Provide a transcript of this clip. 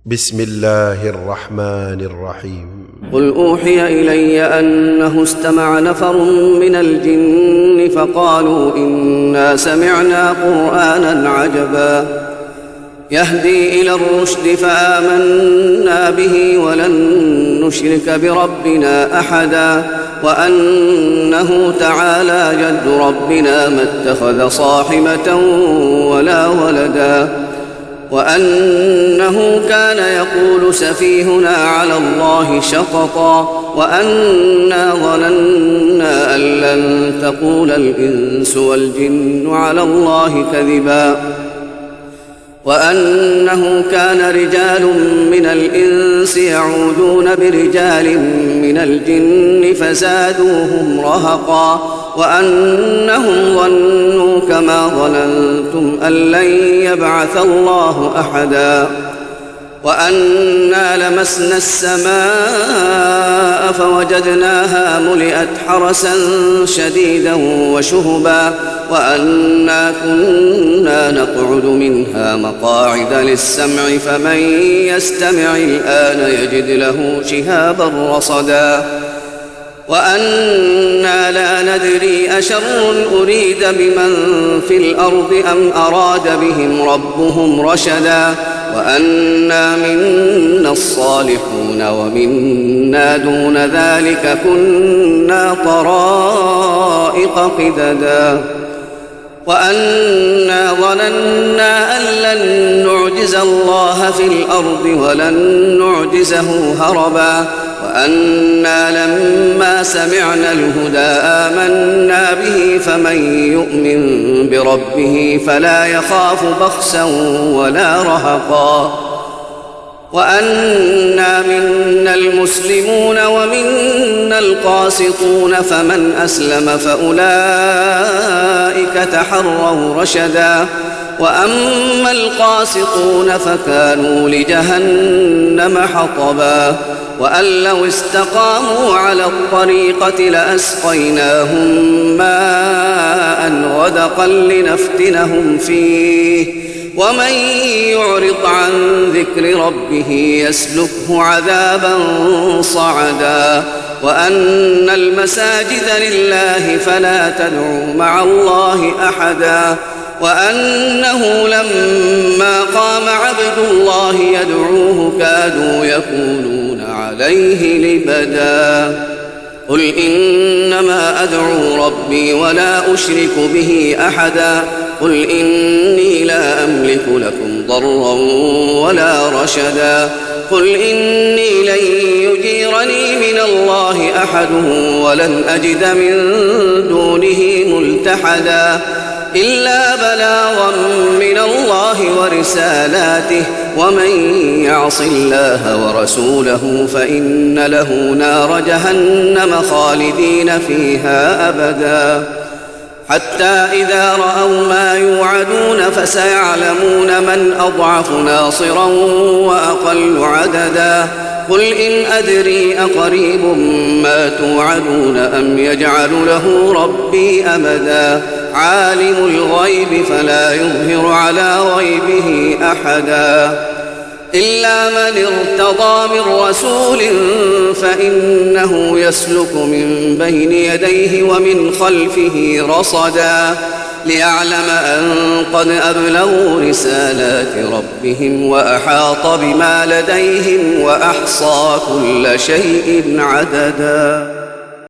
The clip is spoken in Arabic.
بسم الله الرحمن الرحيم. قل أوحي إلي أنه استمع نفر من الجن فقالوا إنا سمعنا قرآنا عجبا يهدي إلى الرشد فآمنا به ولن نشرك بربنا أحدا وأنه تعالى جد ربنا ما اتخذ صاحبة ولا ولدا وأنه كان يقول سفيهنا على الله شططا وأنا ظننا أن لن تقول الإنس والجن على الله كذبا وأنه كان رجال من الإنس يعوذون برجال من الجن فزادوهم رهقا وأنهم ظنوا كما ظننتم أن لن يبعث الله أحدا وأنا لمسنا السماء فوجدناها ملئت حرسا شديدا وشهبا وأنا كنا نقعد منها مقاعد للسمع فمن يستمع الآن يجد له شهابا رصدا وأنا لا ندري أشر أريد بمن في الأرض أم أراد بهم ربهم رشدا وأنا منا الصالحون ومنا دون ذلك كنا طرائق قددا وأنا ظننا أن لن نعجز الله في الأرض ولن نعجزه هربا وأنا لما سمعنا الهدى آمنا به فمن يؤمن بربه فلا يخاف بخسا ولا رهقا وأنا منا المسلمون ومنا القاسطون فمن أسلم فأولئك تحروا رشدا وأما القاسطون فكانوا لجهنم حطبا وأن لو استقاموا على الطريقة لأسقيناهم ماء غدقا لنفتنهم فيه ومن يعرض عن ذكر ربه يسلكه عذابا صعدا وأن المساجد لله فلا تدعوا مع الله أحدا وأنه لما قام عبد الله يدعوه كادوا يكونون عليه لبدا قل إنما أدعو ربي ولا أشرك به أحدا قل إني لا أملك لكم ضرا ولا رشدا قل إني لن يجيرني من الله أحد ولن أجد من دونه ملتحدا إلا بلاغا من الله ورسالاته ومن يعص الله ورسوله فإن له نار جهنم خالدين فيها أبدا حتى إذا رأوا ما يوعدون فسيعلمون من أضعف ناصرا وأقل عددا قل إن أدري أقريب ما توعدون أم يجعل له ربي أمدا عالم الغيب فلا يظهر على غيبه أحدا إلا من ارتضى من رسول فإنه يسلك من بين يديه ومن خلفه رصدا ليعلم أن قد أبلغوا رسالات ربهم وأحاط بما لديهم وأحصى كل شيء عددا.